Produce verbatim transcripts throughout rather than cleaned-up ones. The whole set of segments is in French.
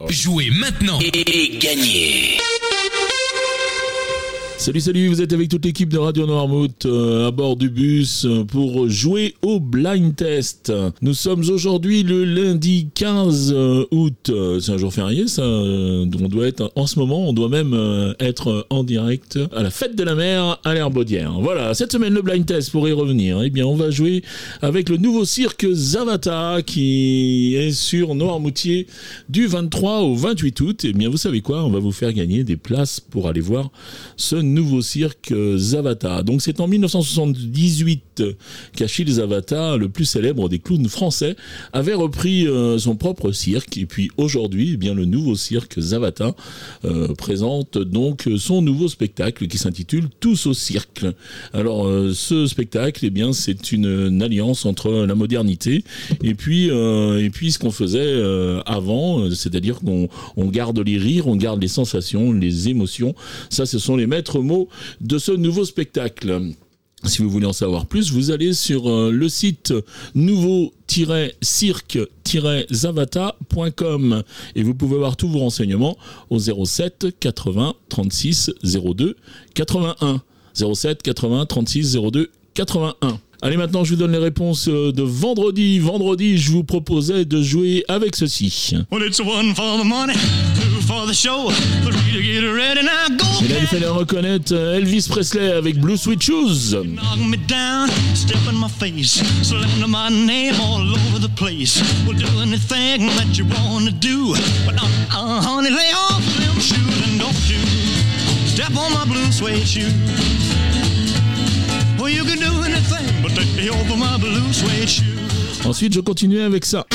Jouez maintenant et, et gagnez. Salut, salut, vous êtes avec toute l'équipe de Radio Noirmouth euh, à bord du bus pour jouer au blind test. Nous sommes aujourd'hui le lundi quinze août. C'est un jour férié, ça. On doit être en ce moment, on doit même euh, être en direct à la fête de la mer à l'Herbaudière. Voilà, cette semaine le blind test, pour y revenir, eh bien on va jouer avec le nouveau cirque Zavata qui est sur Noirmoutier du vingt-trois au vingt-huit août. Eh bien vous savez quoi, on va vous faire gagner des places pour aller voir ce nouveau cirque Zavata. Donc c'est en dix-neuf cent soixante-dix-huit qu'Achille Zavata, le plus célèbre des clowns français, avait repris euh, son propre cirque. Et puis aujourd'hui, eh bien le nouveau cirque Zavata euh, présente donc son nouveau spectacle qui s'intitule Tous au cirque. Alors euh, ce spectacle, eh bien c'est une, une alliance entre la modernité et puis euh, et puis ce qu'on faisait euh, avant, c'est-à-dire qu'on on garde les rires, on garde les sensations, les émotions. Ça, ce sont les maîtres mots de ce nouveau spectacle. Si vous voulez en savoir plus, vous allez sur euh, le site nouveau cirque zavata point com et vous pouvez avoir tous vos renseignements au zéro sept quatre-vingts trente-six zéro deux quatre-vingt-un. zéro sept quatre-vingts trente-six zéro deux quatre-vingt-un. Allez, maintenant je vous donne les réponses de vendredi. Vendredi, je vous proposais de jouer avec ceci. Well, it's one for the money, two for the show, three to get ready now go. Et là, il fallait reconnaître Elvis Presley avec Blue Sweet Shoes. Knock me down, step in my face, slander my name all over the place. We'll do anything that you wanna do, but uh, uh, honey, lay off them shoes and don't you step on my blue suede shoes. Well, you can do anything, but take me over my blue suede shoes. Ensuite, je continuais avec ça.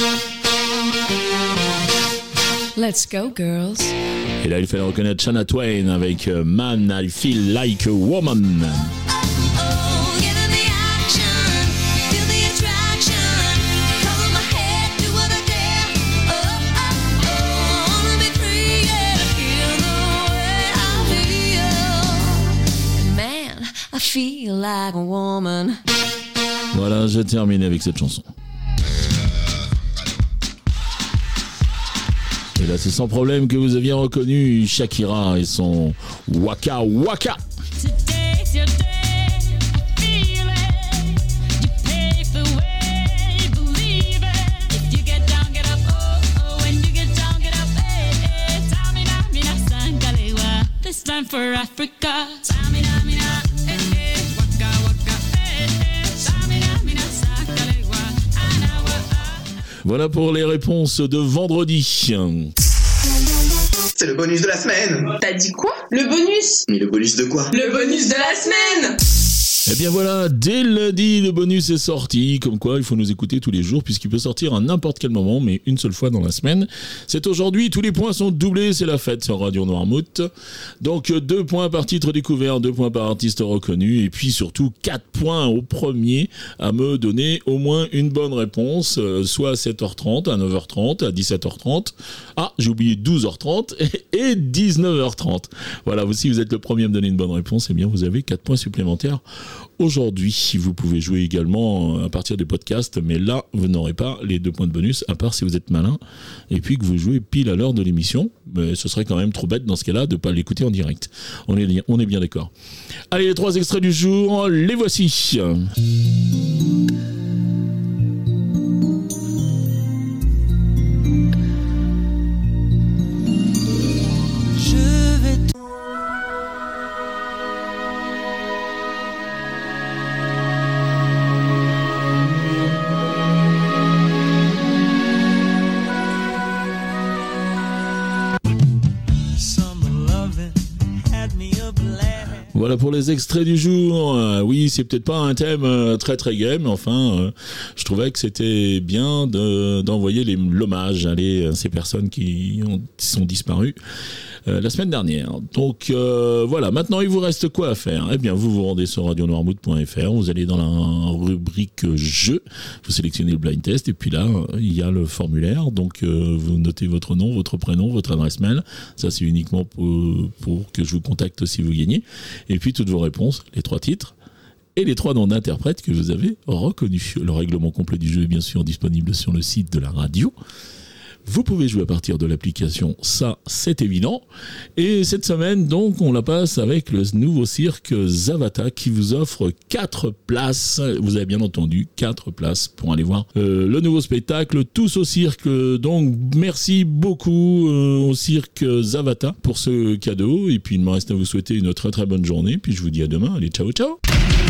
Let's go, girls. Et là, il fallait reconnaître Shania Twain avec Man, I Feel Like a Woman. Feel like a woman. Voilà, je termine avec cette chanson. Et là, c'est sans problème que vous aviez reconnu Shakira et son Waka Waka. This time for Africa. Voilà pour les réponses de vendredi. C'est le bonus de la semaine. T'as dit quoi? Le bonus? Mais le bonus de quoi? Le bonus de la semaine. Eh bien voilà, dès lundi, le bonus est sorti. Comme quoi, il faut nous écouter tous les jours puisqu'il peut sortir à n'importe quel moment, mais une seule fois dans la semaine. C'est aujourd'hui, tous les points sont doublés, c'est la fête sur Radio Noirmouth. Donc deux points par titre découvert, deux points par artiste reconnu, et puis surtout quatre points au premier à me donner au moins une bonne réponse, soit à sept heures trente, à neuf heures trente, à dix-sept heures trente. Ah, j'ai oublié douze heures trente et dix-neuf heures trente. Voilà, si vous êtes le premier à me donner une bonne réponse, eh bien vous avez quatre points supplémentaires. Aujourd'hui, vous pouvez jouer également à partir des podcasts, mais là, vous n'aurez pas les deux points de bonus, à part si vous êtes malin, et puis que vous jouez pile à l'heure de l'émission. Mais ce serait quand même trop bête dans ce cas-là de ne pas l'écouter en direct. On est, on est bien d'accord. Allez, les trois extraits du jour, les voici. Voilà pour les extraits du jour. Euh, oui, c'est peut-être pas un thème euh, très très gai, mais enfin, euh, je trouvais que c'était bien de, d'envoyer les, l'hommage à les, ces personnes qui, ont, qui sont disparues euh, la semaine dernière. Donc euh, voilà, maintenant il vous reste quoi à faire? Eh bien, vous vous rendez sur radio noirmouth point f r, vous allez dans la rubrique jeux, vous sélectionnez le blind test, et puis là, il y a le formulaire. Donc euh, vous notez votre nom, votre prénom, votre adresse mail. Ça, c'est uniquement pour, pour que je vous contacte si vous gagnez. Et puis toutes vos réponses, les trois titres et les trois noms d'interprètes que vous avez reconnus. Le règlement complet du jeu est bien sûr disponible sur le site de la radio. Vous pouvez jouer à partir de l'application, ça c'est évident. Et cette semaine, donc, on la passe avec le nouveau cirque Zavata qui vous offre quatre places. Vous avez bien entendu, quatre places pour aller voir euh, le nouveau spectacle Tous au cirque. Donc, merci beaucoup euh, au cirque Zavata pour ce cadeau. Et puis, il me reste à vous souhaiter une très très bonne journée. Puis, je vous dis à demain. Allez, ciao, ciao.